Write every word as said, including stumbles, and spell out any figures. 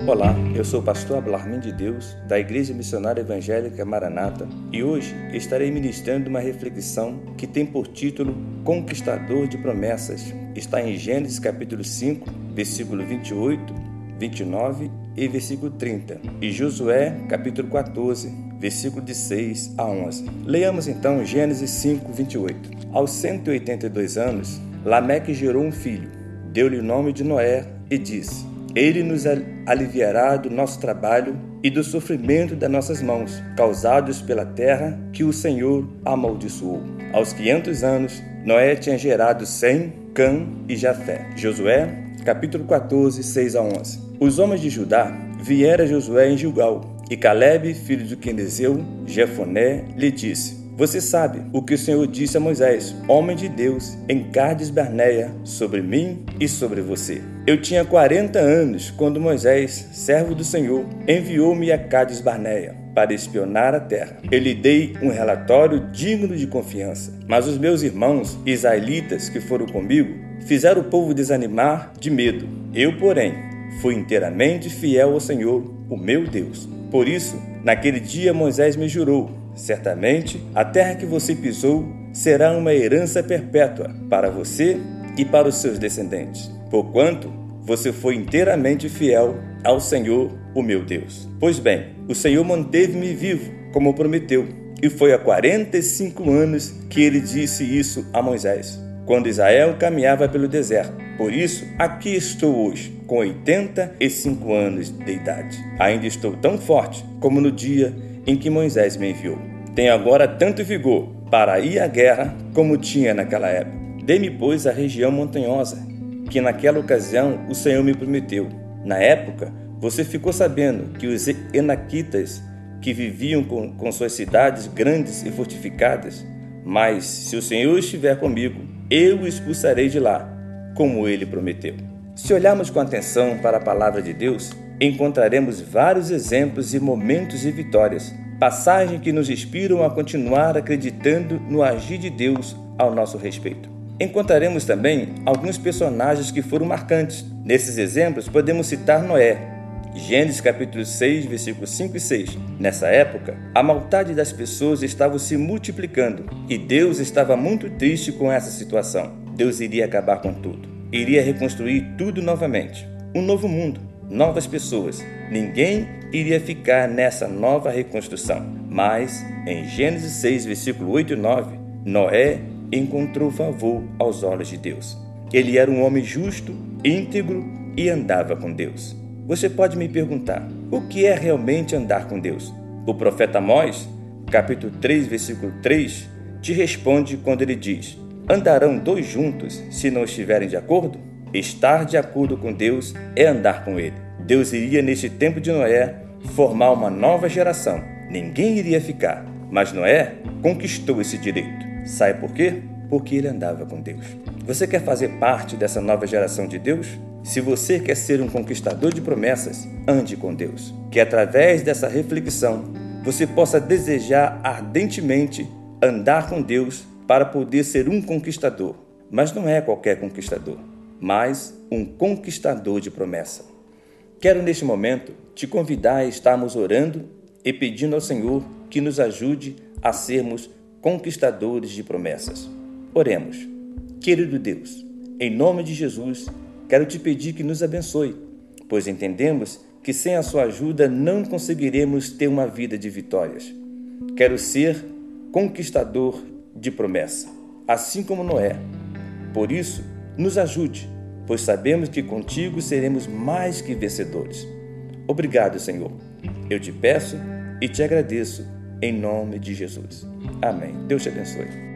Olá, eu sou o pastor Abelarmin de Deus, da Igreja Missionária Evangélica Maranata, e hoje estarei ministrando uma reflexão que tem por título Conquistador de Promessas. Está em Gênesis capítulo cinco, versículo vinte e oito, vinte e nove e versículo trinta, e Josué capítulo quatorze, versículo de seis a onze. Leiamos então Gênesis cinco, vinte e oito. Aos cento e oitenta e dois anos, Lameque gerou um filho, deu-lhe o nome de Noé e disse: Ele nos aliviará do nosso trabalho e do sofrimento das nossas mãos, causados pela terra que o Senhor amaldiçoou. Aos quinhentos anos, Noé tinha gerado Sem, Cã e Jafé. Josué, capítulo quatorze, seis a onze. Os homens de Judá vieram a Josué em Gilgal, e Calebe, filho de Quenezeu, Jefoné, lhe disse: Você sabe o que o Senhor disse a Moisés, homem de Deus, em Cádiz Barneia, sobre mim e sobre você. Eu tinha quarenta anos quando Moisés, servo do Senhor, enviou-me a Cádiz Barneia para espionar a terra. Eu lhe dei um relatório digno de confiança, mas os meus irmãos israelitas que foram comigo fizeram o povo desanimar de medo. Eu, porém, fui inteiramente fiel ao Senhor, o meu Deus. Por isso, naquele dia Moisés me jurou: Certamente, a terra que você pisou será uma herança perpétua para você e para os seus descendentes, porquanto você foi inteiramente fiel ao Senhor, o meu Deus. Pois bem, o Senhor manteve-me vivo, como prometeu, e foi há quarenta e cinco anos que ele disse isso a Moisés, quando Israel caminhava pelo deserto. Por isso, aqui estou hoje, com oitenta e cinco anos de idade. Ainda estou tão forte como no dia em que Moisés me enviou. Tenho agora tanto vigor para ir à guerra como tinha naquela época. Dê-me, pois, a região montanhosa, que naquela ocasião o Senhor me prometeu. Na época, você ficou sabendo que os enaquitas que viviam com, com suas cidades grandes e fortificadas, mas se o Senhor estiver comigo, eu o expulsarei de lá, como ele prometeu. Se olharmos com atenção para a palavra de Deus, encontraremos vários exemplos e momentos de vitórias, passagens que nos inspiram a continuar acreditando no agir de Deus ao nosso respeito. Encontraremos também alguns personagens que foram marcantes. Nesses exemplos, podemos citar Noé, Gênesis capítulo seis, versículos cinco e seis. Nessa época, a maldade das pessoas estava se multiplicando e Deus estava muito triste com essa situação. Deus iria acabar com tudo, iria reconstruir tudo novamente. Um novo mundo, novas pessoas. Ninguém iria ficar nessa nova reconstrução. Mas, em Gênesis seis, versículo oito e nove, Noé encontrou favor aos olhos de Deus. Ele era um homem justo, íntegro e andava com Deus. Você pode me perguntar, o que é realmente andar com Deus? O profeta Amós, capítulo três, versículo três, te responde quando ele diz: Andarão dois juntos se não estiverem de acordo? Estar de acordo com Deus é andar com Ele. Deus iria, neste tempo de Noé, formar uma nova geração. Ninguém iria ficar, mas Noé conquistou esse direito. Sabe por quê? Porque ele andava com Deus. Você quer fazer parte dessa nova geração de Deus? Se você quer ser um conquistador de promessas, ande com Deus. Que através dessa reflexão, você possa desejar ardentemente andar com Deus para poder ser um conquistador. Mas não é qualquer conquistador, mas um conquistador de promessa. Quero neste momento te convidar a estarmos orando e pedindo ao Senhor que nos ajude a sermos conquistadores de promessas. Oremos. Querido Deus, em nome de Jesus, quero te pedir que nos abençoe, pois entendemos que sem a sua ajuda não conseguiremos ter uma vida de vitórias. Quero ser conquistador de promessa, assim como Noé. Por isso, nos ajude, pois sabemos que contigo seremos mais que vencedores. Obrigado, Senhor. Eu te peço e te agradeço em nome de Jesus. Amém. Deus te abençoe.